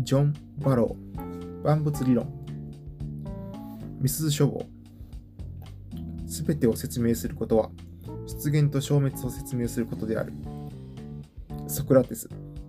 ジョン・バロー、万物理論、ミスズ書房。すべてを説明することは、出現と消滅を説明することである。ソクラテス。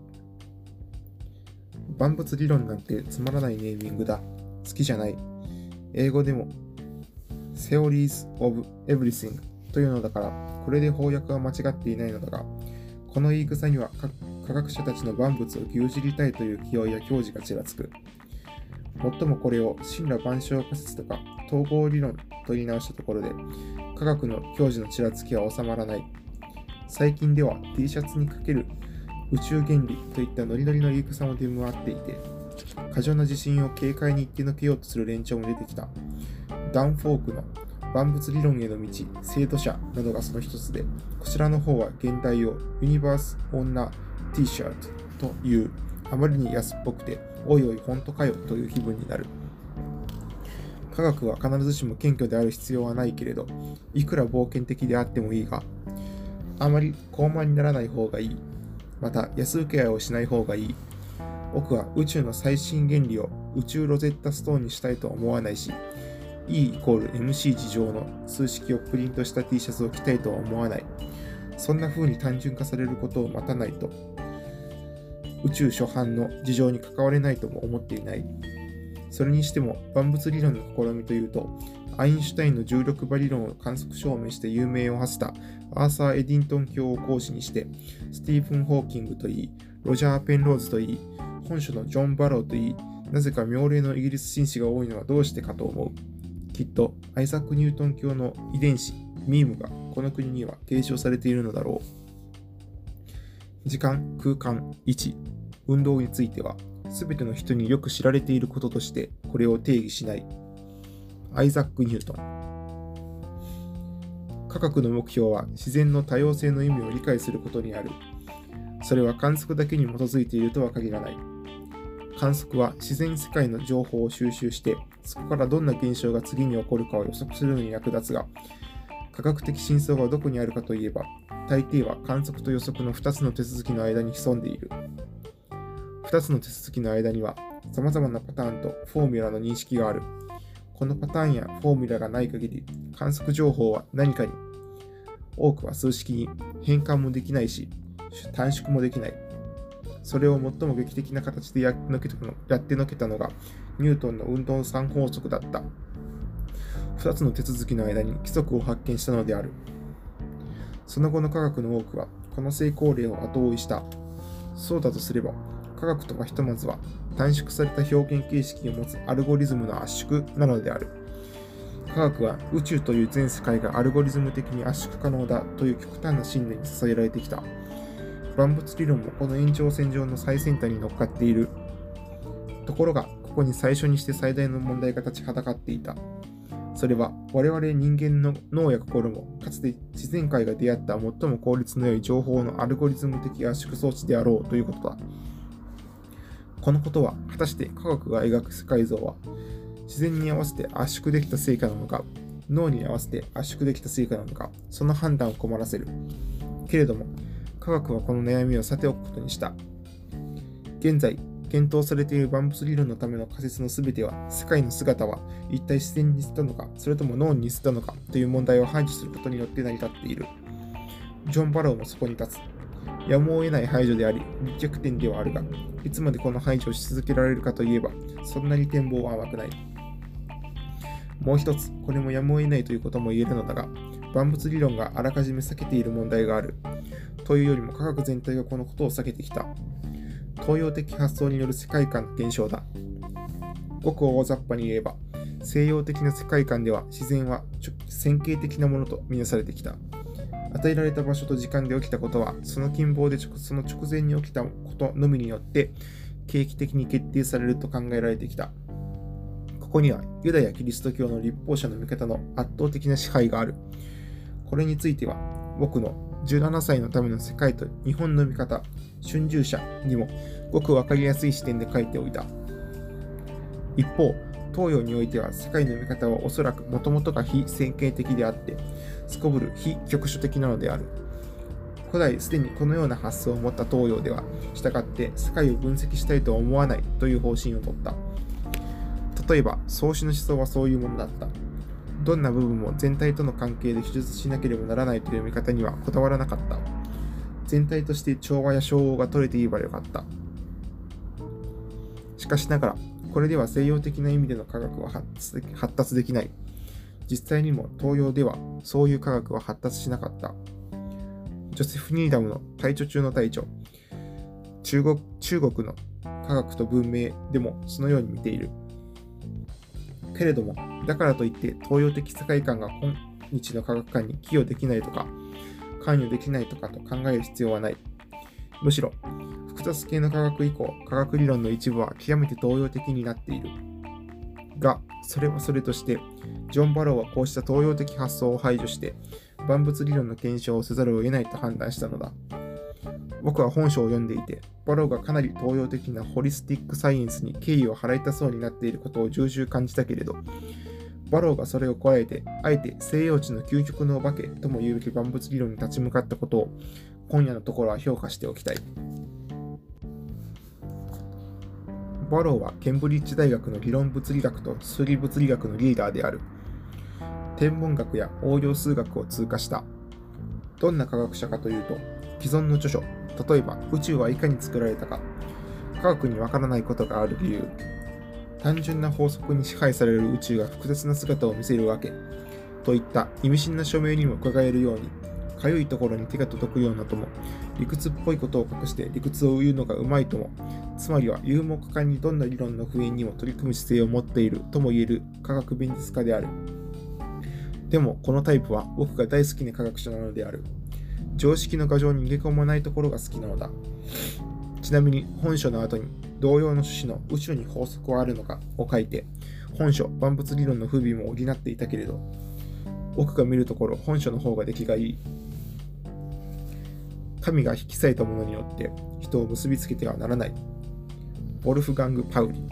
万物理論なんてつまらないネーミングだ。好きじゃない。英語でも Theories of Everything というのだから、これで翻訳は間違っていないのだが、この言い草には科学者たちの万物を牛耳りたいという気負いや矜持がちらつく。もっともこれを神羅万象仮説とか統合理論と言い直したところで、科学の矜持のちらつきは収まらない。最近では T シャツにかける宇宙原理といったノリノリの言い草も出回っていて、過剰な自信を軽快に言ってのけようとする連中も出てきた。ダウンフォークの万物理論への道、生徒者などがその一つで、こちらの方は現代をユニバースオンナ T シャツという、あまりに安っぽくて、おいおい本当かよという気分になる。科学は必ずしも謙虚である必要はないけれど、いくら冒険的であってもいいが、あまり高慢にならない方がいい。また、安請け合いをしない方がいい。僕は宇宙の最新原理を宇宙ロゼッタストーンにしたいとは思わないし、E=mc 次乗の数式をプリントした T シャツを着たいとは思わない。そんな風に単純化されることを待たないと、宇宙初版の事情に関われないとも思っていない。それにしても万物理論の試みというと、アインシュタインの重力場理論を観測証明して有名を馳せたアーサー・エディントン教を講師にして、スティーブン・ホーキングといい、ロジャー・ペンローズといい、本書のジョン・バローといい、なぜか妙齢のイギリス紳士が多いのはどうしてかと思う。きっとアイザック・ニュートン教の遺伝子、ミームがこの国には継承されているのだろう。時間、空間、位置、運動については、すべての人によく知られていることとしてこれを定義しない。アイザック・ニュートン。科学の目標は自然の多様性の意味を理解することにある。それは観測だけに基づいているとは限らない。観測は自然世界の情報を収集して、そこからどんな現象が次に起こるかを予測するのに役立つが、科学的真相がどこにあるかといえば、大抵は観測と予測の2つの手続きの間に潜んでいる。2つの手続きの間には、様々なパターンとフォーミュラの認識がある。このパターンやフォーミュラがない限り、観測情報は何かに、多くは数式に変換もできないし、短縮もできない。それを最も劇的な形でやってのけたのが、ニュートンの運動三法則だった。2つの手続きの間に規則を発見したのである。その後の科学の多くは、この成功例を後追いした。そうだとすれば、科学とはひとまずは短縮された表現形式を持つアルゴリズムの圧縮なのである。科学は宇宙という全世界がアルゴリズム的に圧縮可能だという極端な信念に支えられてきた。万物理論もこの延長線上の最先端に乗っかっている。ところが、ここに最初にして最大の問題が立ちはだかっていた。それは我々人間の脳や心もかつて自然界が出会った最も効率の良い情報のアルゴリズム的圧縮装置であろうということだ。このことは果たして科学が描く世界像は自然に合わせて圧縮できた成果なのか、脳に合わせて圧縮できた成果なのか、その判断を困らせる。けれども、科学はこの悩みをさておくことにした。現在、検討されている万物理論のための仮説のすべては、世界の姿は一体自然に似せたのか、それとも脳に似せたのかという問題を排除することによって成り立っている。ジョン・バローもそこに立つ。やむを得ない排除であり、立脚点ではあるが、いつまでこの排除をし続けられるかといえば、そんなに展望は甘くない。もう一つ、これもやむを得ないということも言えるのだが、万物理論があらかじめ避けている問題がある。というよりも科学全体がこのことを避けてきた。東洋的発想による世界観の現象だ。ごく大雑把に言えば、西洋的な世界観では自然は線形的なものとみなされてきた。与えられた場所と時間で起きたことは、その近傍でその直前に起きたことのみによって契機的に決定されると考えられてきた。ここにはユダヤ・キリスト教の立法者の見方の圧倒的な支配がある。これについては、僕の17歳のための世界と日本の見方、春秋社にもごくわかりやすい視点で書いておいた。一方、東洋においては世界の見方はおそらくもともとが非線形的であって、すこぶる非局所的なのである。 古代すでにこのような発想を持った東洋では、したがって世界を分析したいとは思わないという方針を取った。例えば、創始の思想はそういうものだった。どんな部分も全体との関係で記述しなければならないという見方にはこだわらなかった。全体として調和や調和が取れていればよかった。しかしながら、これでは西洋的な意味での科学は発達できない。実際にも東洋ではそういう科学は発達しなかった。ジョセフ・ニーダムの大著中の大著、中国の科学と文明でもそのように見ている。けれども、だからといって東洋的世界観が今日の科学観に寄与できないとか、関与できないとかと考える必要はない。むしろ、複雑系の科学以降、科学理論の一部は極めて東洋的になっている。が、それはそれとして、ジョン・バローはこうした東洋的発想を排除して、万物理論の検証をせざるを得ないと判断したのだ。僕は本書を読んでいて、バローがかなり東洋的なホリスティックサイエンスに敬意を払いたそうになっていることを重々感じたけれど、バローがそれをこらえて、あえて西洋地の究極のお化けとも言うべき万物理論に立ち向かったことを、今夜のところは評価しておきたい。バローはケンブリッジ大学の理論物理学と数理物理学のリーダーである。天文学や応用数学を通過した。どんな科学者かというと、既存の著書、例えば宇宙はいかに作られたか、科学にわからないことがある理由、単純な法則に支配される宇宙が複雑な姿を見せるわけ、といった意味深な署名にも伺えるように、かゆいところに手が届くようなとも、理屈っぽいことを隠して理屈を言うのがうまいとも、つまりは有目観にどんな理論の普遍にも取り組む姿勢を持っているとも言える科学弁実家である。でもこのタイプは僕が大好きな科学者なのである。常識の牙城に逃げ込まないところが好きなのだ。ちなみに本書の後に同様の趣旨の宇宙に法則はあるのかを書いて、本書万物理論の不備も補っていたけれど、僕が見るところ本書の方が出来がいい。神が引き裂いたものによって人を結びつけてはならない。ウォルフガング・パウリ。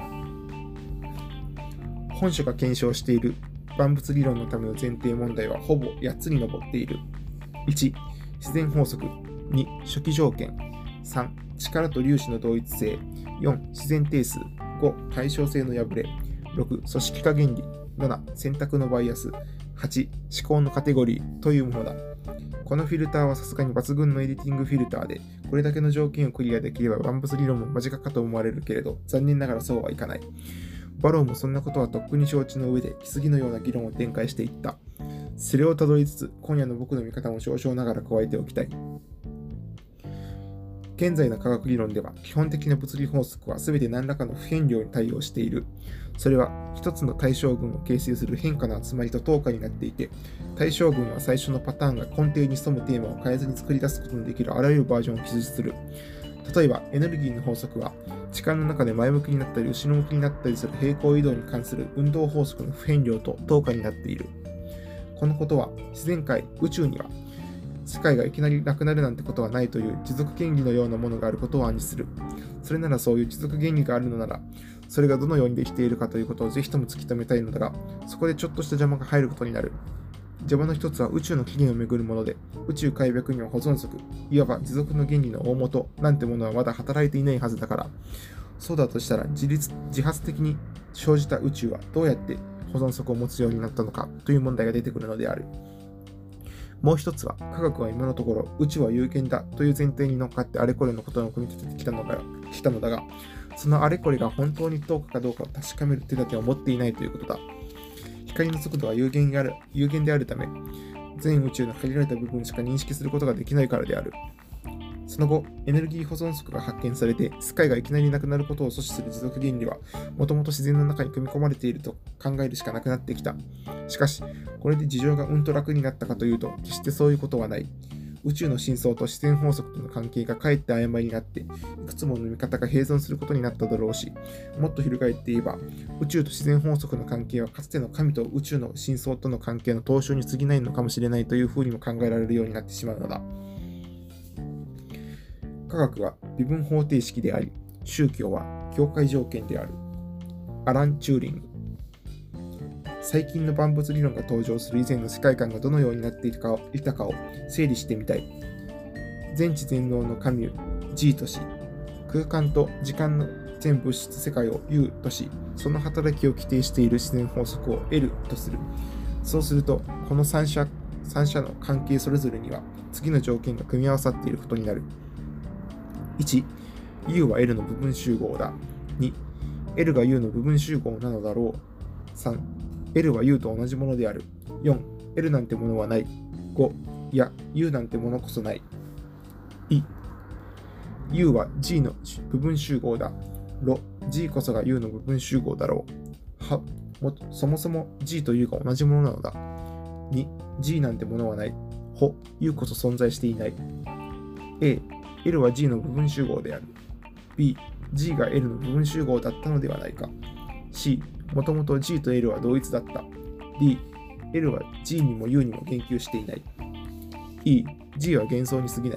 本書が検証している万物理論のための前提問題はほぼ8つに上っている。1、自然法則。2、初期条件。3、力と粒子の同一性。4、自然定数。5、対称性の破れ。6、組織化原理。7、選択のバイアス。8、思考のカテゴリーというものだ。このフィルターはさすがに抜群のエディティングフィルターで、これだけの条件をクリアできれば万物理論も間近かと思われるけれど、残念ながらそうはいかない。バローもそんなことはとっくに承知の上で、次のような議論を展開していった。それをたどりつつ、今夜の僕の見方も少々ながら加えておきたい。現在の科学理論では、基本的な物理法則は全て何らかの不変量に対応している。それは一つの対象群を形成する変化の集まりと等価になっていて、対象群は最初のパターンが根底に潜むテーマを変えずに作り出すことのできるあらゆるバージョンを記述する。例えば、エネルギーの法則は、時間の中で前向きになったり後ろ向きになったりする平行移動に関する運動法則の不変量と等価になっている。このことは、自然界、宇宙には、世界がいきなりなくなるなんてことはないという持続原理のようなものがあることを暗示する。それならそういう持続原理があるのなら、それがどのようにできているかということをぜひとも突き止めたいのだが、そこでちょっとした邪魔が入ることになる。邪魔の一つは宇宙の起源をめぐるもので、宇宙開闢には保存則、いわば持続の原理の大元なんてものはまだ働いていないはずだから、そうだとしたら自発的に生じた宇宙はどうやって保存則を持つようになったのかという問題が出てくるのである。もう一つは、科学は今のところ宇宙は有限だという前提に乗っかってあれこれのことを組み立ててきたのだが、そのあれこれが本当に等価かどうかを確かめる手立てを持っていないということだ。光の速度は有限であるため、全宇宙の限られた部分しか認識することができないからである。その後、エネルギー保存則が発見されて、世界がいきなりなくなることを阻止する持続原理は、もともと自然の中に組み込まれていると考えるしかなくなってきた。しかし、これで事情がうんと楽になったかというと、決してそういうことはない。宇宙の真相と自然法則との関係がかえって曖昧になって、いくつもの見方が併存することになっただろうし、もっと翻って言えば、宇宙と自然法則の関係はかつての神と宇宙の真相との関係の統称に過ぎないのかもしれないというふうにも考えられるようになってしまうのだ。科学は微分方程式であり、宗教は境界条件である。アラン・チューリング。最近の万物理論が登場する以前の世界観がどのようになっていたかを整理してみたい。 全知全能の神を G とし、空間と時間の全物質世界を U とし、その働きを規定している自然法則を L とする。そうすると、この三者の関係それぞれには次の条件が組み合わさっていることになる。1、U は L の部分集合だ。2、L が U の部分集合なのだろう。3、L は U と同じものである。4、L なんてものはない。5、いや、U なんてものこそない。U は G の部分集合だ。G こそが U の部分集合だろう。そもそも G と U が同じものなのだ。2、G なんてものはない。U こそ存在していない。A、L は G の部分集合である。B、G が L の部分集合だったのではないか。C、もともと G と L は同一だった。D、L は G にも U にも言及していない。E、G は幻想に過ぎない。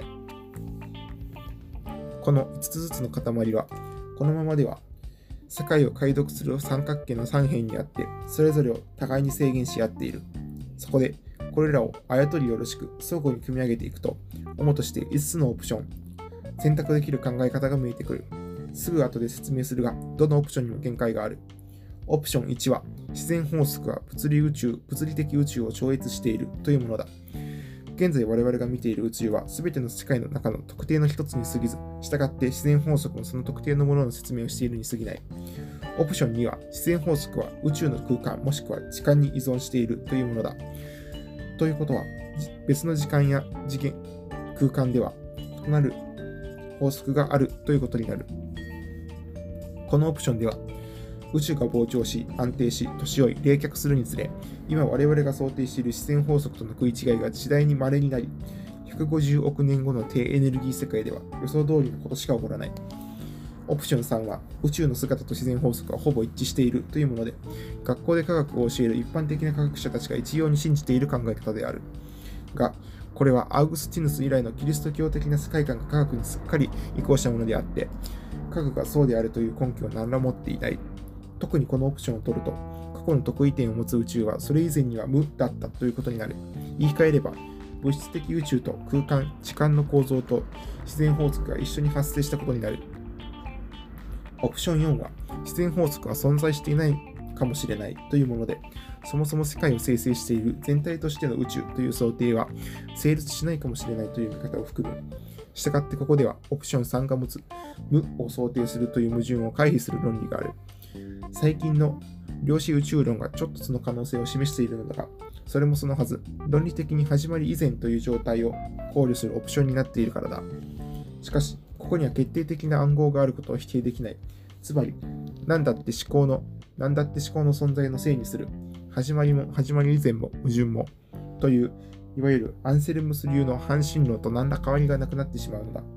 この5つずつの塊は、このままでは世界を解読する三角形の3辺にあって、それぞれを互いに制限し合っている。そこで、これらをあやとりよろしく相互に組み上げていくと、主として5つのオプション、選択できる考え方が見えてくる。すぐ後で説明するが、どのオプションにも限界がある。オプション1は、自然法則は物理的宇宙を超越しているというものだ。現在我々が見ている宇宙は全ての世界の中の特定の一つに過ぎず、従って自然法則もその特定のものの説明をしているに過ぎない。オプション2は、自然法則は宇宙の空間もしくは時間に依存しているというものだ。ということは、別の時間や空間では異なる法則があるということになる。このオプションでは、宇宙が膨張し、安定し、年老い、冷却するにつれ、今我々が想定している自然法則との食い違いが次第に稀になり、150億年後の低エネルギー世界では予想通りのことしか起こらない。オプション3は、宇宙の姿と自然法則はほぼ一致しているというもので、学校で科学を教える一般的な科学者たちが一様に信じている考え方である。が、これはアウグスティヌス以来のキリスト教的な世界観が科学にすっかり移行したものであって、科学がそうであるという根拠を何ら持っていない。特にこのオプションを取ると、過去の得意点を持つ宇宙はそれ以前には無だったということになる。言い換えれば、物質的宇宙と空間、時間の構造と自然法則が一緒に発生したことになる。オプション4は、自然法則は存在していないかもしれないというもので、そもそも世界を生成している全体としての宇宙という想定は成立しないかもしれないという見方を含む。したがってここではオプション3が持つ無を想定するという矛盾を回避する論理がある。最近の量子宇宙論がちょっとその可能性を示しているのだが、それもそのはず、論理的に始まり以前という状態を考慮するオプションになっているからだ。しかし、ここには決定的な暗号があることを否定できない。つまり、何だって思考の存在のせいにする。始まり以前も矛盾も。という、いわゆるアンセルムス流の半神論と何ら変わりがなくなってしまうのだ。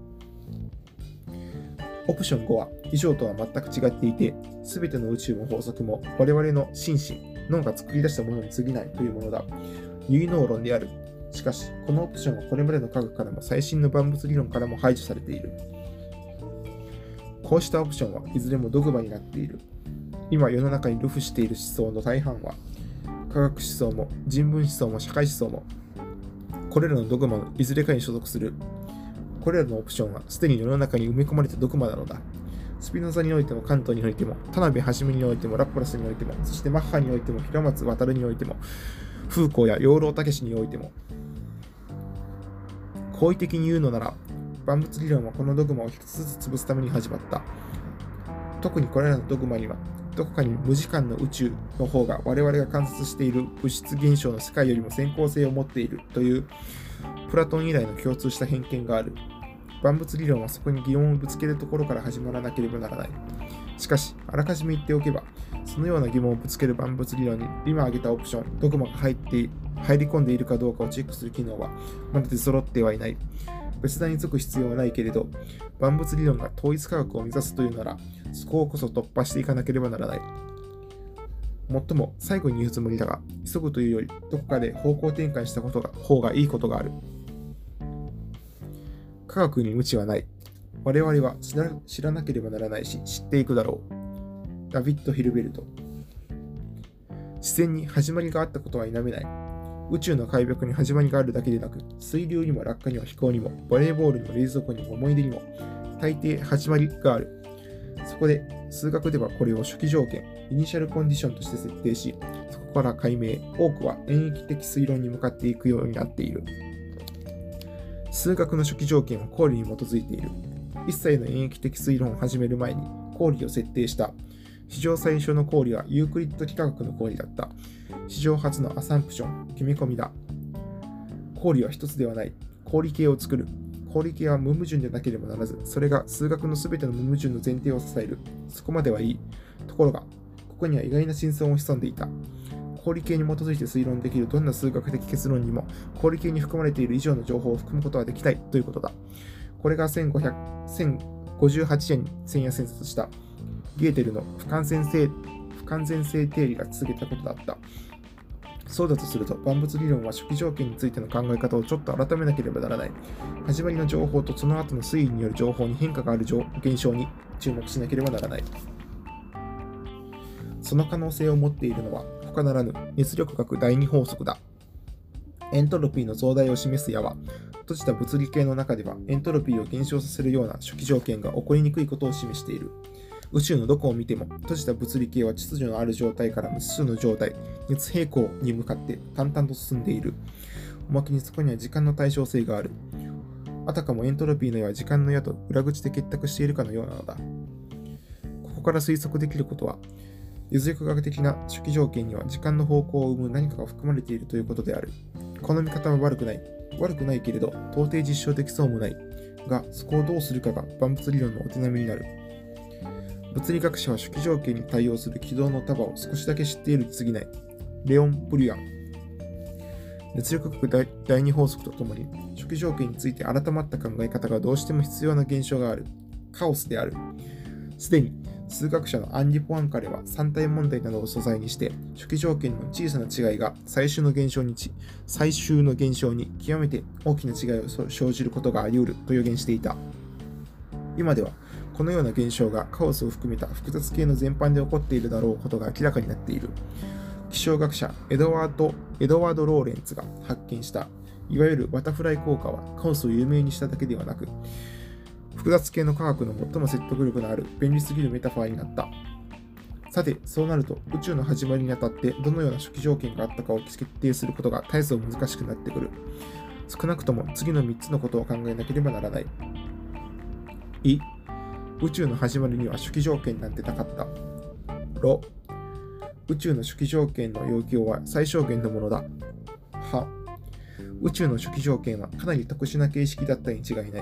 オプション5は以上とは全く違っていて、すべての宇宙も法則も我々の心身、脳が作り出したものに過ぎないというものだ。唯脳論である。しかし、このオプションはこれまでの科学からも最新の万物理論からも排除されている。こうしたオプションはいずれもドグマになっている。今世の中に流布している思想の大半は、科学思想も人文思想も社会思想も、これらのドグマのいずれかに所属する。これらのオプションはすでに世の中に埋め込まれたドグマなのだ。スピノザにおいても、カントにおいても、田辺はじめにおいても、ラプラスにおいても、そしてマッハにおいても、平松渉においても、フーコーや養老孟司においても。好意的に言うのなら、万物理論はこのドグマを一つずつ潰すために始まった。特にこれらのドグマには、どこかに無時間の宇宙の方が我々が観察している物質現象の世界よりも先行性を持っているというプラトン以来の共通した偏見がある。万物理論はそこに疑問をぶつけるところから始まらなければならない。しかし、あらかじめ言っておけば、そのような疑問をぶつける万物理論に今挙げたオプション、ドグマが入り込んでいるかどうかをチェックする機能はまだ出揃ってはいない。別段に解く必要はないけれど、万物理論が統一科学を目指すというなら、そこをこそ突破していかなければならない。もっとも最後に言うつもりだが、急ぐというより、どこかで方向転換した方がいいことがある。科学に無知はない。我々は知らなければならないし、知っていくだろう。ダビッド・ヒルベルト。自然に始まりがあったことは否めない。 宇宙の開闢に始まりがあるだけでなく、水流にも落下にも飛行にも、バレーボールにも冷蔵庫にも思い出にも、大抵始まりがある。そこで、数学ではこれを初期条件、イニシャルコンディションとして設定し、そこから解明、多くは演繹的推論に向かっていくようになっている。数学の初期条件は公理に基づいている。一切の演繹的推論を始める前に公理を設定した。史上最初の公理はユークリッド幾何学の公理だった。史上初のアサンプション、決め込みだ。公理は一つではない。公理形を作る。公理形は無矛盾でなければならず、それが数学のすべての無矛盾の前提を支える。そこまではいい。ところが、ここには意外な真相も潜んでいた。公理形に基づいて推論できるどんな数学的結論にも、公理形に含まれている以上の情報を含むことはできないということだ。これが1058年に千夜千冊したゲーテルの不完全性定理が続けたことだった。そうだとすると、万物理論は初期条件についての考え方をちょっと改めなければならない。始まりの情報とその後の推移による情報に変化がある現象に注目しなければならない。その可能性を持っているのは、他ならぬ熱力学第二法則だ。エントロピーの増大を示す矢は、閉じた物理系の中ではエントロピーを減少させるような初期条件が起こりにくいことを示している。宇宙のどこを見ても、閉じた物理系は秩序のある状態から無数の状態、熱平行に向かって淡々と進んでいる。おまけにそこには時間の対称性がある。あたかもエントロピーの矢は時間の矢と裏口で結託しているかのようなのだ。ここから推測できることは、熱力学的な初期条件には時間の方向を生む何かが含まれているということである。この見方は悪くない。悪くないけれど、到底実証できそうもない。が、そこをどうするかが万物理論のお手並みになる。物理学者は初期条件に対応する軌道の束を少しだけ知っているに過ぎない。レオン・ブリュアン。熱力学第二法則とともに、初期条件について改まった考え方がどうしても必要な現象がある。カオスである。すでに、数学者のアンリ・ポアンカレは三体問題などを素材にして、初期条件の小さな違いが最終の現象に極めて大きな違いを生じることがあり得ると予言していた。今では、このような現象がカオスを含めた複雑系の全般で起こっているだろうことが明らかになっている。気象学者エドワード・ローレンツが発見した、いわゆるバタフライ効果はカオスを有名にしただけではなく、複雑系の科学の最も説得力のある便利すぎるメタファーになった。さて、そうなると宇宙の始まりにあたってどのような初期条件があったかを決定することが大層難しくなってくる。少なくとも次の3つのことを考えなければならない。宇宙の始まりには初期条件なんてなかった。宇宙の初期条件の要求は最小限のものだ。宇宙の初期条件はかなり特殊な形式だったに違いない。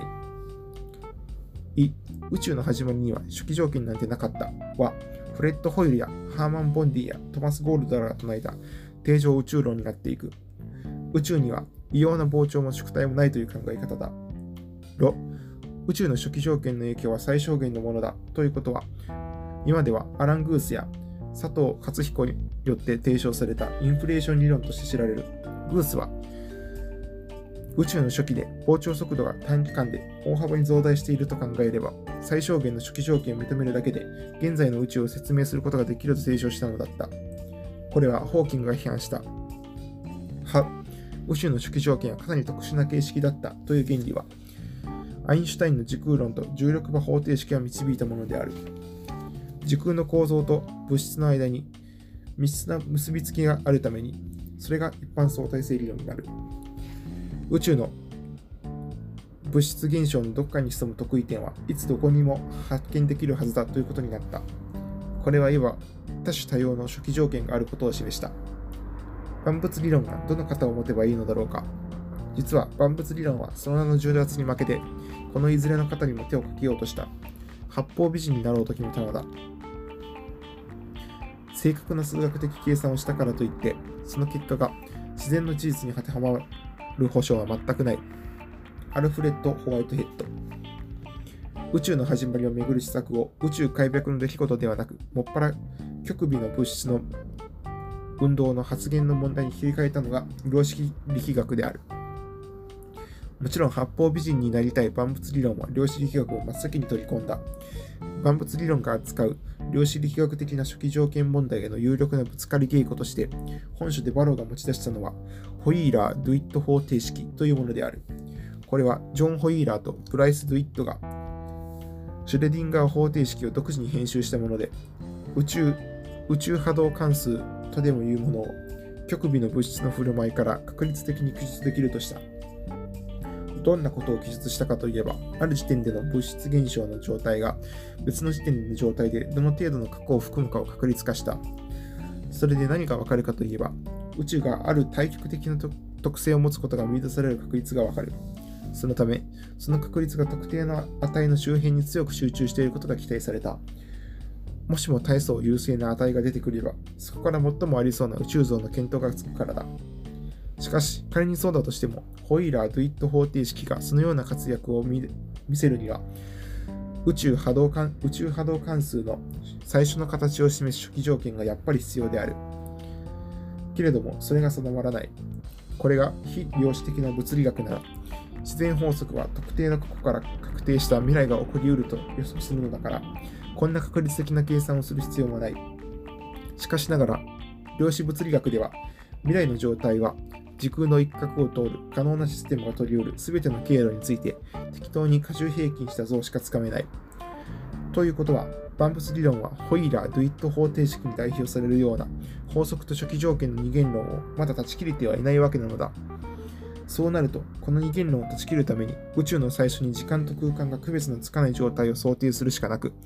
宇宙の始まりには初期条件なんてなかったは、フレッド・ホイルやハーマン・ボンディやトマス・ゴールドらが唱えた定常宇宙論になっていく。宇宙には異様な膨張も縮体もないという考え方だ。宇宙の初期条件の影響は最小限のものだということは、今ではアラン・グースや佐藤勝彦によって提唱されたインフレーション理論として知られる。グースは、宇宙の初期で膨張速度が短期間で大幅に増大していると考えれば、最小限の初期条件を認めるだけで現在の宇宙を説明することができると提唱したのだった。これはホーキングが批判した。宇宙の初期条件はかなり特殊な形式だったという原理は、アインシュタインの時空論と重力場方程式が導いたものである。時空の構造と物質の間に密接な結びつきがあるために、それが一般相対性理論になる。宇宙の物質現象のどこかに潜む特異点はいつどこにも発見できるはずだということになった。これはいわば多種多様の初期条件があることを示した。万物理論がどの型を持てばいいのだろうか。実は万物理論はその名の重圧に負けて、このいずれの型にも手をかけようとした。八方美人になろうと決めたのだ。正確な数学的計算をしたからといって、その結果が自然の事実に当てはまる保証は全くない。アルフレッド・ホワイトヘッド。宇宙の始まりをめぐる施策を宇宙開闢の出来事ではなく、もっぱら極微の物質の運動の発現の問題に切り替えたのが量子力学である。もちろん八方美人になりたい万物理論は量子力学を真っ先に取り込んだ。 万物理論が扱う量子力学的な初期条件問題への有力なぶつかり稽古として、本書でバローが持ち出したのは、ホイーラー・ドゥイット方程式というものである。これは、ジョン・ホイーラーとブライス・ドゥイットが、シュレディンガー方程式を独自に編集したもので、宇宙波動関数とでもいうものを、極微の物質の振る舞いから確率的に記述できるとした。どんなことを記述したかといえば、ある時点での物質現象の状態が別の時点の状態でどの程度の過去を含むかを確率化した。それで何がわかるかといえば、宇宙がある対極的な特性を持つことが見出される確率がわかる。そのため、その確率が特定の値の周辺に強く集中していることが期待された。もしも大層優勢な値が出てくれば、そこから最もありそうな宇宙像の検討がつくからだ。しかし、仮にそうだとしても、ホイーラー・ドゥイット方程式がそのような活躍を見せるには、宇宙波動関数の最初の形を示す初期条件がやっぱり必要である。けれども、それが定まらない。これが非量子的な物理学なら、自然法則は特定の過去から確定した未来が起こりうると予測するのだから、こんな確率的な計算をする必要もない。しかしながら、量子物理学では、未来の状態は時空の一角を通る可能なシステムが取り得るすべての経路について適当に過重平均した像しかつかめない。ということは、万物理論はホイーラー・ドゥイット方程式に代表されるような法則と初期条件の二元論をまだ断ち切れてはいないわけなのだ。そうなると、この二元論を断ち切るために宇宙の最初に時間と空間が区別のつかない状態を想定するしかなく、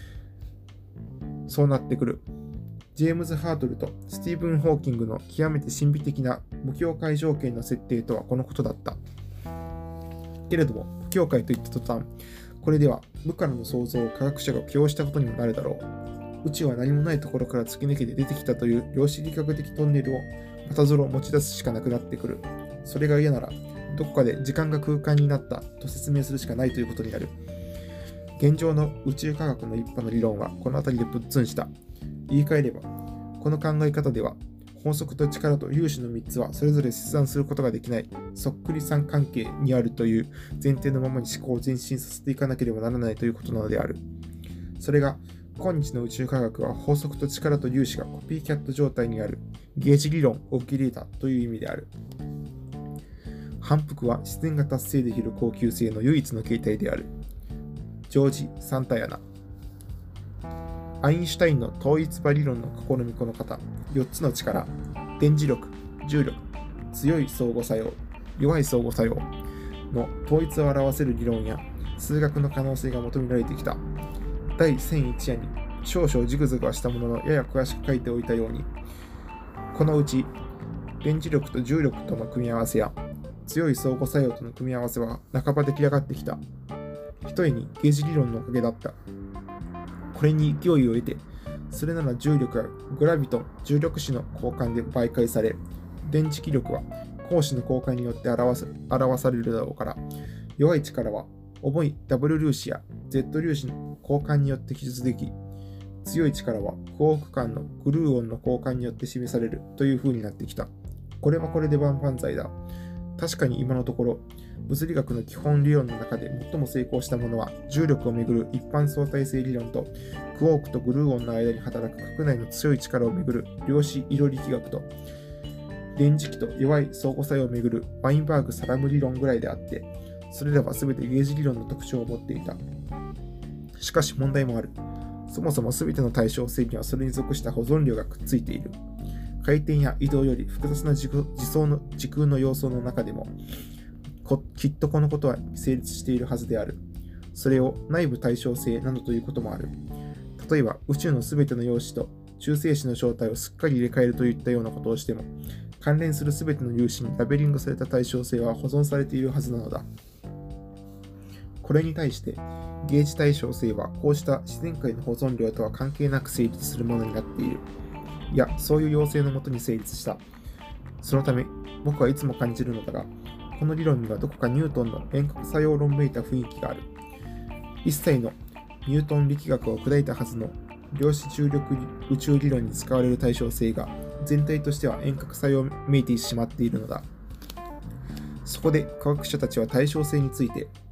そうなってくる。ジェームズ・ハートルとスティーブン・ホーキングの極めて神秘的な無境界条件の設定とはこのことだった。けれども、無境界といった途端、これでは無からの創造を科学者が許容したことにもなるだろう。宇宙は何もないところから突き抜けて出てきたという量子力学的トンネルをまたぞろ持ち出すしかなくなってくる。それが嫌なら、どこかで時間が空間になったと説明するしかないということになる。現状の宇宙科学の一派の理論はこの辺りでぶっつんした。言い換えれば、この考え方では、法則と力と粒子の3つはそれぞれ切断することができないそっくりさん関係にあるという前提のままに思考を前進させていかなければならないということなのである。それが、今日の宇宙科学は法則と力と粒子がコピーキャット状態にあるゲージ理論を受け入れたという意味である。反復は自然が達成できる恒久性の唯一の形態である。ジョージ・サンタヤナ。アインシュタインの統一場理論の試みこの方、4つの力、電磁力、重力、強い相互作用、弱い相互作用の統一を表せる理論や数学の可能性が求められてきた。第1001夜に少々ジグザグはしたもののやや詳しく書いておいたように、このうち電磁力と重力との組み合わせや強い相互作用との組み合わせは半ば出来上がってきた。ひとえにゲージ理論のおかげだった。これに勢いを得て、それなら重力はグラビトン重力子の交換で媒介され、電磁気力は光子の交換によって表されるだろうから、弱い力は重い W 粒子や Z 粒子の交換によって記述でき、強い力はクォーク間のグルーオンの交換によって示されるという風になってきた。これはこれで万々歳だ。確かに今のところ、物理学の基本理論の中で最も成功したものは、重力をめぐる一般相対性理論と、クォークとグルーオンの間に働く核内の強い力をめぐる量子色力学と、電磁気と弱い相互作用をめぐるワインバーグ・サラム理論ぐらいであって、それらは全てゲージ理論の特徴を持っていた。しかし問題もある。そもそも全ての対称性にはそれに属した保存量がくっついている。回転や移動より複雑な時空の要素の中でも、きっとこのことは成立しているはずである。それを内部対称性などということもある。例えば、宇宙のすべての陽子と中性子の正体をすっかり入れ替えるといったようなことをしても、関連するすべての粒子にラベリングされた対称性は保存されているはずなのだ。これに対して、ゲージ対称性はこうした自然界の保存量とは関係なく成立するものになっている。いや、そういう要請のもとに成立した。そのため、僕はいつも感じるのだが、この理論にはどこかニュートンの遠隔作用論めいた雰囲気がある。一切のニュートン力学を砕いたはずの量子重力宇宙理論に使われる対称性が全体としては遠隔作用めいてしまっているのだ。そこで科学者たちは対称性について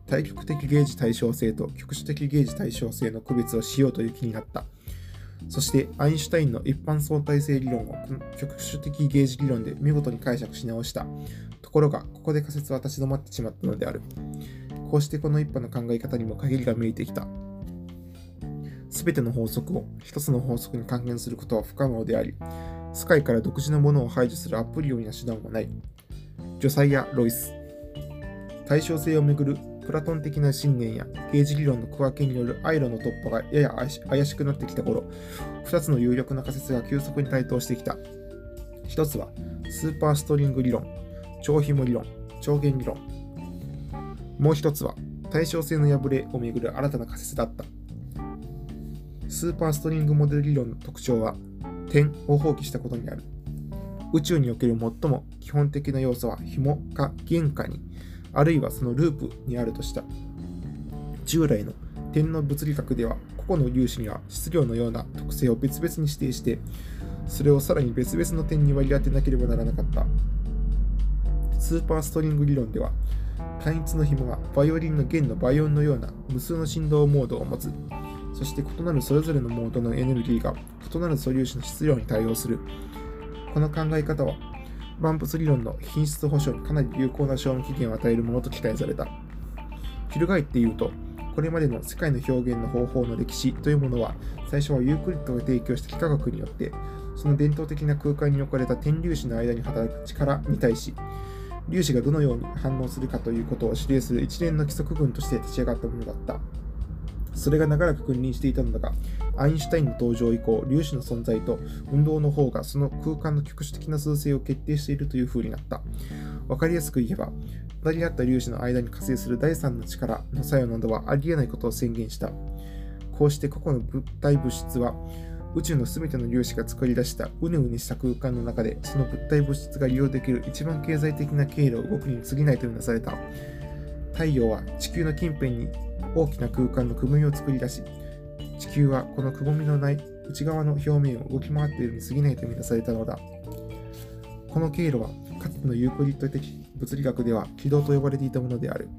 対極的ゲージ対称性と局所的ゲージ対称性の区別をしようという気になった。そしてアインシュタインの一般相対性理論を局所的ゲージ理論で見事に解釈し直した。ところが、ここで仮説は立ち止まってしまったのである。こうしてこの一派の考え方にも限りが見えてきた。すべての法則を一つの法則に還元することは不可能であり、世界から独自のものを排除するアプリオリな手段はない。ジョサイア・ロイス。対称性をめぐるプラトン的な信念やゲージ理論の区分けによるアイロの突破がやや怪しくなってきた頃、2つの有力な仮説が急速に台頭してきた。一つはスーパーストリング理論、超紐理論、超弦理論。もう一つは対称性の破れをめぐる新たな仮説だった。スーパーストリングモデル理論の特徴は点を放棄したことにある。宇宙における最も基本的な要素は紐か弦かに、あるいはそのループにあるとした。従来の点の物理学では個々の粒子には質量のような特性を別々に指定して、それをさらに別々の点に割り当てなければならなかった。スーパーストリング理論では単一の紐がバイオリンの弦の倍音のような無数の振動モードを持つ。そして異なるそれぞれのモードのエネルギーが異なる素粒子の質量に対応する。この考え方は万物理論の品質保証にかなり有効な賞味期限を与えるものと期待された。翻って言うと、これまでの世界の表現の方法の歴史というものは、最初はユークリッドが提供した幾何学によって、その伝統的な空間に置かれた点粒子の間に働く力に対し、粒子がどのように反応するかということを指令する一連の規則群として立ち上がったものだった。それが長らく君臨していたのだが、アインシュタインの登場以降、粒子の存在と運動の方がその空間の局所的な数性を決定しているという風になった。わかりやすく言えば、隣り合った粒子の間に加勢する第三の力の作用などはありえないことを宣言した。こうして個々の物体物質は、宇宙のすべての粒子が作り出したうねうねした空間の中で、その物体物質が利用できる一番経済的な経路を動くに過ぎないとみなされた。太陽は地球の近辺に大きな空間のくぼみを作り出し、地球はこのくぼみのない内側の表面を動き回っているに過ぎないとみなされたのだ。この経路はかつてのユークリッド的物理学では軌道と呼ばれていたものである。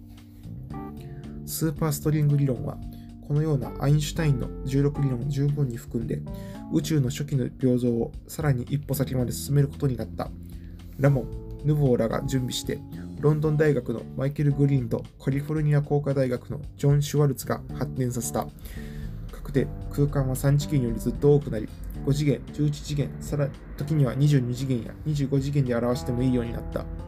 スーパーストリング理論はこのようなアインシュタインの16理論を十分に含んで、宇宙の初期の病像をさらに一歩先まで進めることになった。ラモン、ヌボーらが準備して、ロンドン大学のマイケル・グリーンとカリフォルニア工科大学のジョン・シュワルツが発展させた。各で空間は3次元よりずっと多くなり、5次元、11次元、さらに時には22次元や25次元で表してもいいようになった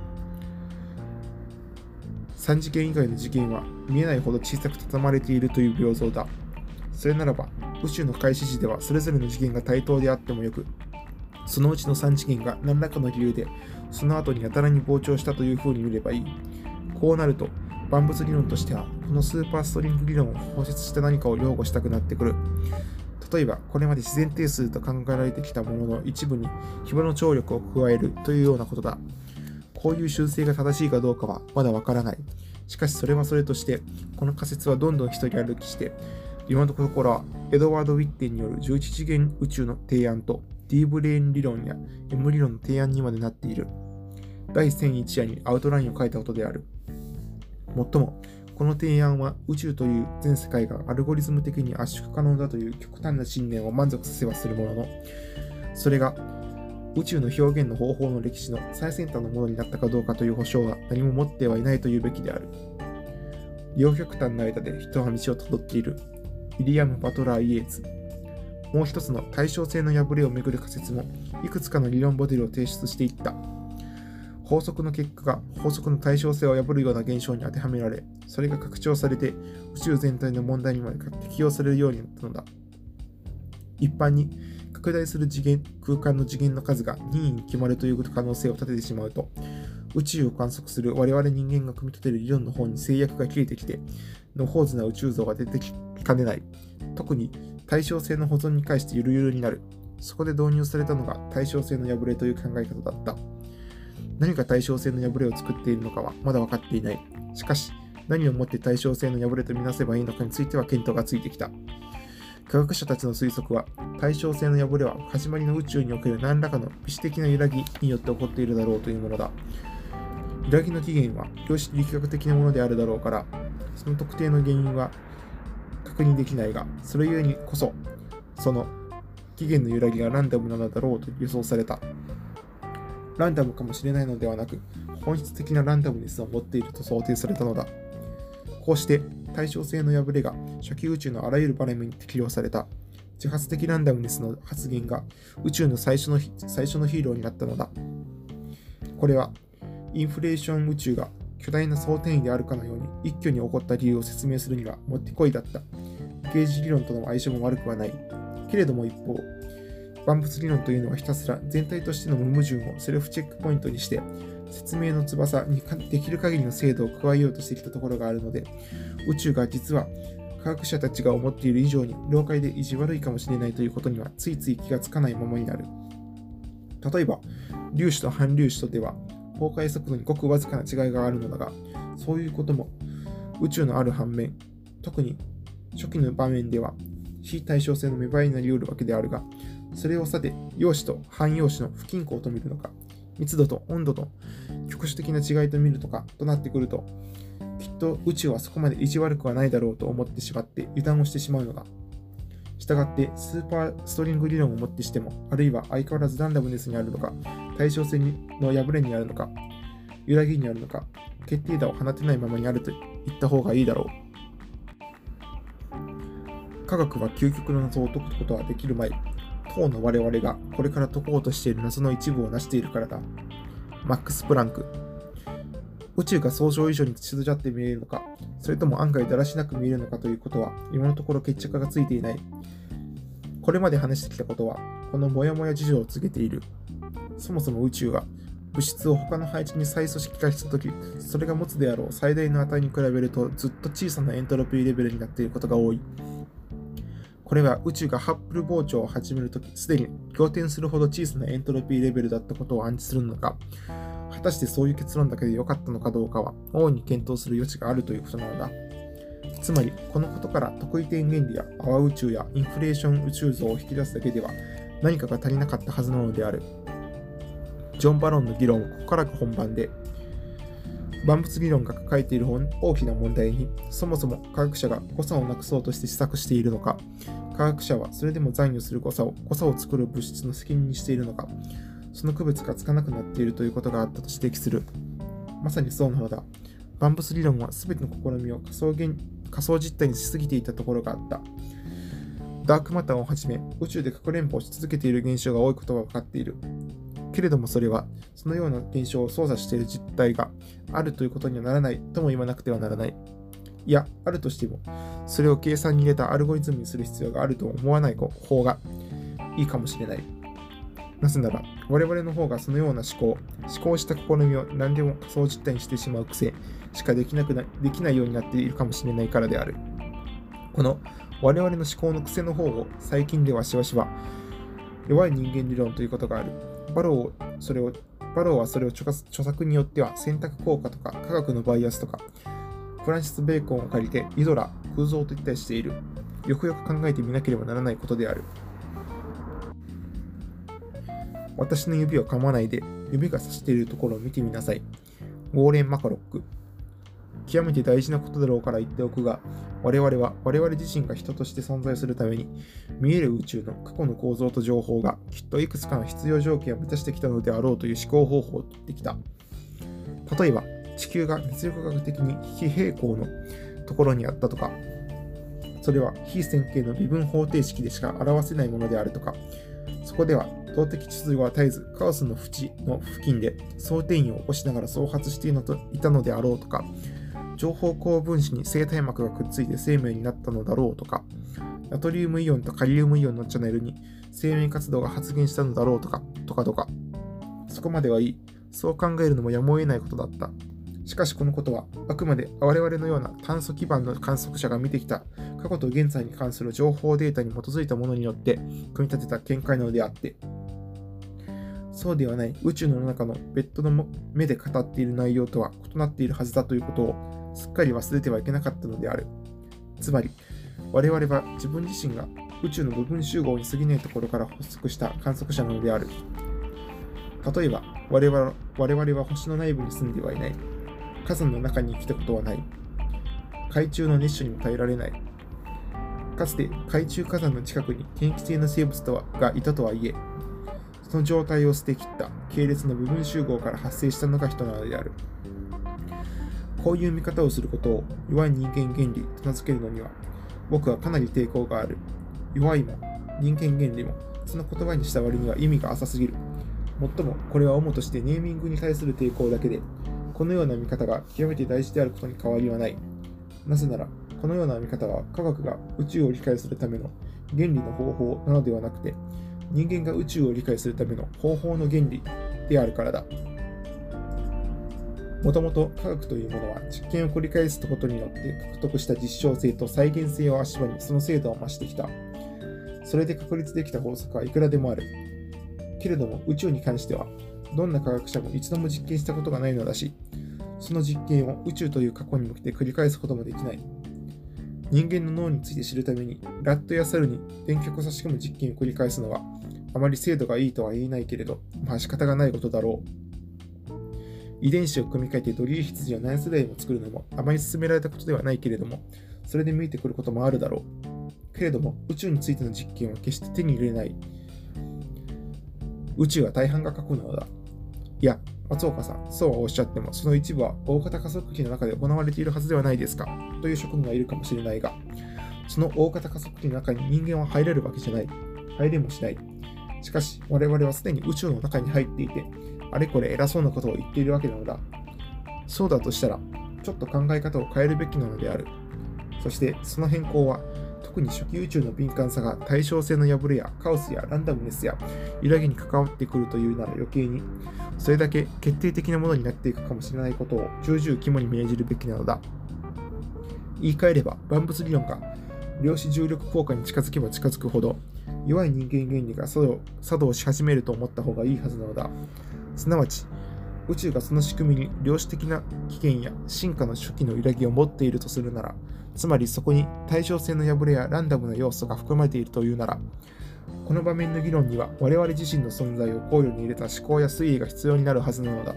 。3次元以外の次元は見えないほど小さく畳まれているという病像だ。それならば、宇宙の開始時ではそれぞれの次元が対等であってもよく、そのうちの3次元が何らかの理由でその後にやたらに膨張したという風に見ればいい。こうなると、万物理論としてはこのスーパーストリング理論を包摂した何かを擁護したくなってくる。例えば、これまで自然定数と考えられてきたものの一部に紐の張力を加えるというようなことだ。こういう修正が正しいかどうかはまだわからない。しかしそれはそれとして、この仮説はどんどん一人歩きして、今のところはエドワード・ウィッテンによる11次元宇宙の提案と D ブレーン理論や M 理論の提案にまでなっている。第1001夜にアウトラインを書いたことである。もっとも、この提案は宇宙という全世界がアルゴリズム的に圧縮可能だという極端な信念を満足させはするものの、それが宇宙の表現の方法の歴史の最先端のものになったかどうかという保証は何も持ってはいないというべきである。両極端の間で人は道をたどっている。ウィリアム・バトラー・イエーツ。もう一つの対称性の破れをめぐる仮説もいくつかの理論モデルを提出していった。法則の結果が法則の対称性を破るような現象に当てはめられ、それが拡張されて宇宙全体の問題にまで適用されるようになったのだ。一般に拡大する空間の次元の数が任意に決まるという可能性を立ててしまうと、宇宙を観測する我々人間が組み立てる理論の方に制約が切れてきて、野放図な宇宙像が出てきかねない。特に対称性の保存に関してゆるゆるになる。そこで導入されたのが対称性の破れという考え方だった。何が対称性の破れを作っているのかはまだ分かっていない。しかし、何をもって対称性の破れとみなせばいいのかについては見当がついてきた。科学者たちの推測は、対称性の破れは始まりの宇宙における何らかの微視的な揺らぎによって起こっているだろうというものだ。揺らぎの起源は量子力学的なものであるだろうから、 その特定の原因は確認できないが、それゆえにこそ、その起源の揺らぎがランダムなのだろうと予想された。ランダムかもしれないのではなく、本質的なランダムネスを持っていると想定されたのだ。こうして対称性の破れが初期宇宙のあらゆる場面に適用された。自発的ランダムネスの発現が宇宙の最初のヒーローになったのだ。これはインフレーション宇宙が巨大な総転移であるかのように一挙に起こった理由を説明するにはもってこいだった。ゲージ理論との相性も悪くはない。けれども一方、万物理論というのはひたすら全体としての無矛盾をセルフチェックポイントにして説明の翼にできる限りの精度を加えようとしてきたところがあるので、宇宙が実は科学者たちが思っている以上に老快で意地悪いかもしれないということにはついつい気がつかないままになる。例えば、粒子と反粒子とでは崩壊速度にごくわずかな違いがあるのだが、そういうことも宇宙のある反面、特に初期の場面では非対称性の芽生えになり得るわけであるが、それをさて陽子と反陽子の不均衡と見るのか、密度と温度と局所的な違いと見るとかとなってくると、きっと宇宙はそこまで意地悪くはないだろうと思ってしまって油断をしてしまうのだ。したがってスーパーストリング理論をもってしても、あるいは相変わらずランダムネスにあるのか、対称性の破れにあるのか、揺らぎにあるのか、決定打を放てないままにあると言った方がいいだろう。科学は究極の謎を解くことはできるまい、当の我々がこれから解こうとしている謎の一部を成しているからだ。マックス・プランク。宇宙が想像以上に縮じゃって見えるのか、それとも案外だらしなく見えるのかということは今のところ決着がついていない。これまで話してきたことはこのモヤモヤ事情を告げている。そもそも宇宙が物質を他の配置に再組織化したとき、それが持つであろう最大の値に比べるとずっと小さなエントロピーレベルになっていることが多い。これは宇宙がハッブル膨張を始めるとき、すでに仰天するほど小さなエントロピーレベルだったことを暗示するのか、果たしてそういう結論だけで良かったのかどうかは、大いに検討する余地があるということなのだ。つまり、このことから特異点原理や泡宇宙やインフレーション宇宙像を引き出すだけでは、何かが足りなかったはずなのである。ジョン・バロンの議論はここからが本番で、万物理論が抱えている大きな問題に、そもそも科学者が誤差をなくそうとして施策しているのか、科学者はそれでも残余する誤差を作る物質の責任にしているのか、その区別がつかなくなっているということがあったと指摘する。まさにそうなのだ。万物理論は全ての試みを仮想実体にしすぎていたところがあった。ダークマターをはじめ、宇宙でかくれんぼし続けている現象が多いことは分かっている。けれどもそれは、そのような現象を操作している実態があるということにはならないとも言わなくてはならない。いや、あるとしても、それを計算に入れたアルゴリズムにする必要があると思わない方がいいかもしれない。なぜなら、我々の方がそのような思考した試みを何でも仮想実体にしてしまう癖しかできないようになっているかもしれないからである。この我々の思考の癖の方を最近ではしばしば弱い人間理論ということがある。バローはそれを著作によっては選択効果とか科学のバイアスとかフランシス・ベーコンを借りてイドラ、空想と言ったりしている。よくよく考えてみなければならないことである。私の指を噛まないで指が指しているところを見てみなさい。ウォーレン・マカロック。極めて大事なことだろうから言っておくが、我々自身が人として存在するために、見える宇宙の過去の構造と情報がきっといくつかの必要条件を満たしてきたのであろうという思考方法をとってきた。例えば、地球が熱力学的に非平行のところにあったとか、それは非線形の微分方程式でしか表せないものであるとか、そこでは動的秩序は絶えずカオスの淵の付近で総転移を起こしながら創発していたのであろうとか、情報高分子に生体膜がくっついて生命になったのだろうとか、ナトリウムイオンとカリウムイオンのチャネルに生命活動が発現したのだろうとか。そこまではいい。そう考えるのもやむを得ないことだった。しかしこのことはあくまで我々のような炭素基盤の観測者が見てきた過去と現在に関する情報データに基づいたものによって組み立てた見解なのであって、そうではない宇宙の中の別途の目で語っている内容とは異なっているはずだということをすっかり忘れてはいけなかったのである。つまり、我々は自分自身が宇宙の部分集合に過ぎないところから発足した観測者なのである。例えば、我々は星の内部に住んではいない。火山の中に生きたことはない。 海中の熱射にも耐えられない。かつて海中火山の近くに天気性の生物がいたとはいえ、その状態を捨てきった系列の部分集合から発生したのが人なのである。こういう見方をすることを弱い人間原理と名付けるのには、僕はかなり抵抗がある。弱いも人間原理もその言葉にした割には意味が浅すぎる。もっともこれは主としてネーミングに対する抵抗だけで、このような見方が極めて大事であることに変わりはない。なぜなら、このような見方は科学が宇宙を理解するための原理の方法なのではなくて、人間が宇宙を理解するための方法の原理であるからだ。もともと科学というものは実験を繰り返すことによって獲得した実証性と再現性を足場にその精度を増してきた。それで確立できた法則はいくらでもある。けれども宇宙に関しては、どんな科学者も一度も実験したことがないのだし、その実験を宇宙という過去に向けて繰り返すこともできない。人間の脳について知るために、ラットや猿に電極を差し込む実験を繰り返すのは、あまり精度がいいとは言えないけれど、仕方がないことだろう。遺伝子を組み換えてドリル羊を何世代も作るのもあまり進められたことではないけれども、それで向いてくることもあるだろう。けれども、宇宙についての実験は決して手に入れない。宇宙は大半が過去なのだ。いや、松岡さん、そうはおっしゃっても、その一部は大型加速器の中で行われているはずではないですか、という諸君がいるかもしれないが、その大型加速器の中に人間は入れるわけじゃない。入れもしない。しかし、我々はすでに宇宙の中に入っていて、あれこれ偉そうなことを言っているわけなのだ。そうだとしたら、ちょっと考え方を変えるべきなのである。そして、その変更は、特に初期宇宙の敏感さが対称性の破れやカオスやランダムネスや揺らぎに関わってくるというなら余計に、それだけ決定的なものになっていくかもしれないことを重々肝に銘じるべきなのだ。言い換えれば、万物理論が量子重力効果に近づけば近づくほど、弱い人間原理が作動し始めると思った方がいいはずなのだ。すなわち、宇宙がその仕組みに量子的な起源や進化の初期の揺らぎを持っているとするなら、つまりそこに対称性の破れやランダムな要素が含まれているというなら、この場面の議論には我々自身の存在を考慮に入れた思考や推理が必要になるはずなのだ。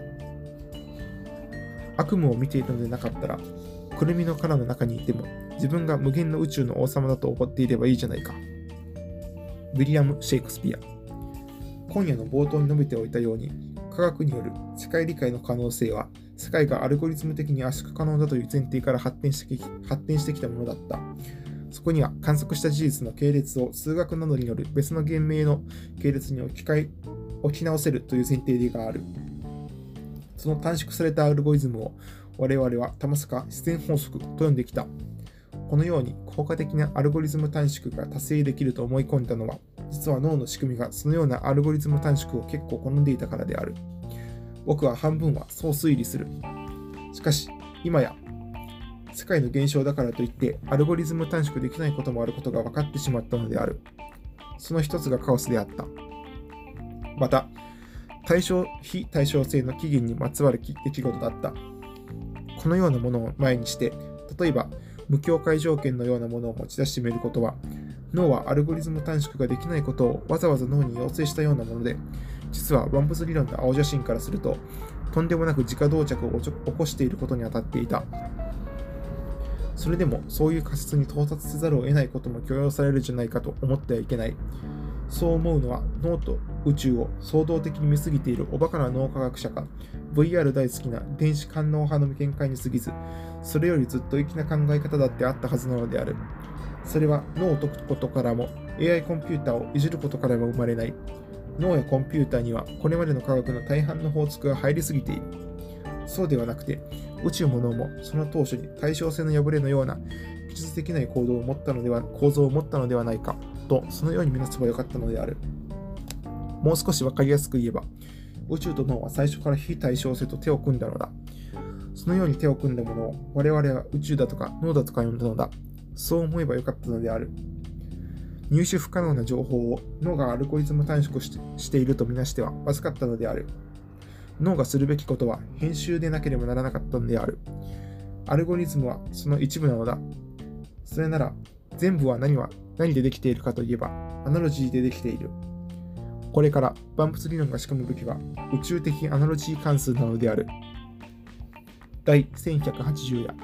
悪夢を見ているのでなかったら、くるみの殻の中にいても自分が無限の宇宙の王様だと思っていればいいじゃないか。ウィリアム・シェイクスピア。今夜の冒頭に述べておいたように、科学による世界理解の可能性は、世界がアルゴリズム的に圧縮可能だという前提から発展してきたものだった。そこには観測した事実の系列を数学などによる別の言命の系列に置き直せるという前提がある。その短縮されたアルゴリズムを我々はたますか自然法則と呼んできた。このように効果的なアルゴリズム短縮が達成できると思い込んだのは、実は脳の仕組みがそのようなアルゴリズム短縮を結構好んでいたからである。僕は半分はそう推理する。しかし、今や、世界の現象だからといってアルゴリズム短縮できないこともあることが分かってしまったのである。その一つがカオスであった。また、非対称性の起源にまつわる出来事だった。このようなものを前にして、例えば、無境界条件のようなものを持ち出してみることは、脳はアルゴリズム短縮ができないことをわざわざ脳に要請したようなもので、実は万物理論の青写真からすると、とんでもなく自家同着を起こしていることに当たっていた。それでも、そういう仮説に到達せざるを得ないことも許容されるんじゃないかと思ってはいけない。そう思うのは、脳と宇宙を創造的に見すぎているおバカな脳科学者か、VR 大好きな電子官能派の見解に過ぎず、それよりずっと粋な考え方だってあったはずなのである。それは脳を解くことからも AI コンピューターをいじることからも生まれない。脳やコンピューターにはこれまでの科学の大半の法則が入りすぎている。そうではなくて、宇宙も脳もその当初に対称性の破れのような技術的な構造を持ったのではないかと、そのように見なせばよかったのである。もう少しわかりやすく言えば、宇宙と脳は最初から非対称性と手を組んだのだ。そのように手を組んだものを我々は宇宙だとか脳だとか呼んだのだ。そう思えばよかったのである。入手不可能な情報を脳がアルゴリズム短縮しているとみなしてはまずかったのである。脳がするべきことは編集でなければならなかったのである。アルゴリズムはその一部なのだ。それなら全部は何でできているかといえばアナロジーでできている。これから万物理論が仕組むべきは宇宙的アナロジー関数なのである。第1180夜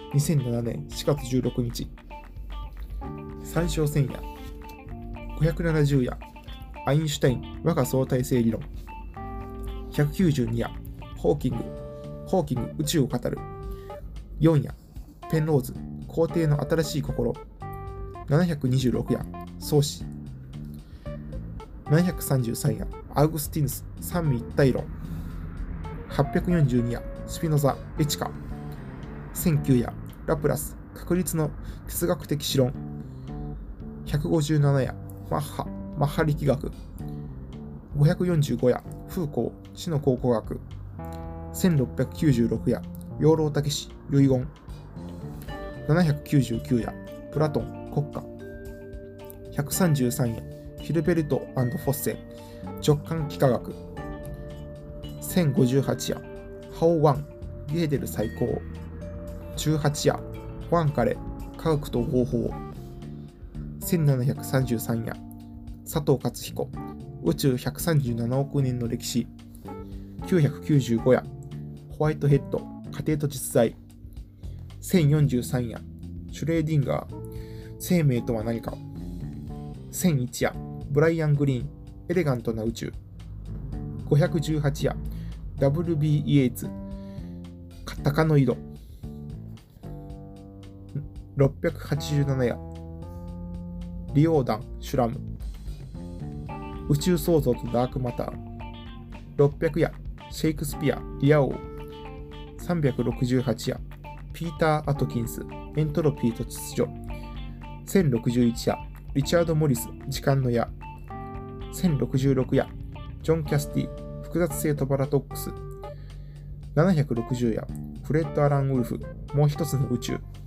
2007年4月16日。参照1000夜。570夜。アインシュタイン、我が相対性理論。192夜。ホーキング、宇宙を語る。4夜。ペンローズ、皇帝の新しい心。726夜。創始。733夜。アウグスティヌス、三位一体論。842夜。スピノザ、エチカ。1009夜。ラプラス、確率の哲学的史論。157夜。マッハ力学。545夜。フーコー、知の考古学。1696夜。養老孟司、遺言。799夜。プラトン、国家。133夜。ヒルベルト&フォッセン、直感幾何学。1058夜。ハオ・ワン、ゲーデル最高。18夜。ポアンカレ、科学と合法。1733夜。佐藤勝彦、宇宙137億年の歴史。995夜。ホワイトヘッド、家庭と実在。1043夜。シュレーディンガー、生命とは何か。1001夜。ブライアン・グリーン、エレガントな宇宙。518夜。W.B. イエーツ、鷹の井戸。687夜。リオーダン・シュラム、宇宙創造とダークマター。600夜。シェイクスピア、リア王。368夜。ピーター・アトキンス、エントロピーと秩序。1061夜。リチャード・モリス、時間の矢。1066夜。ジョン・キャスティ、複雑性とパラドックス。760夜。フレッド・アラン・ウルフ、もう一つの宇宙。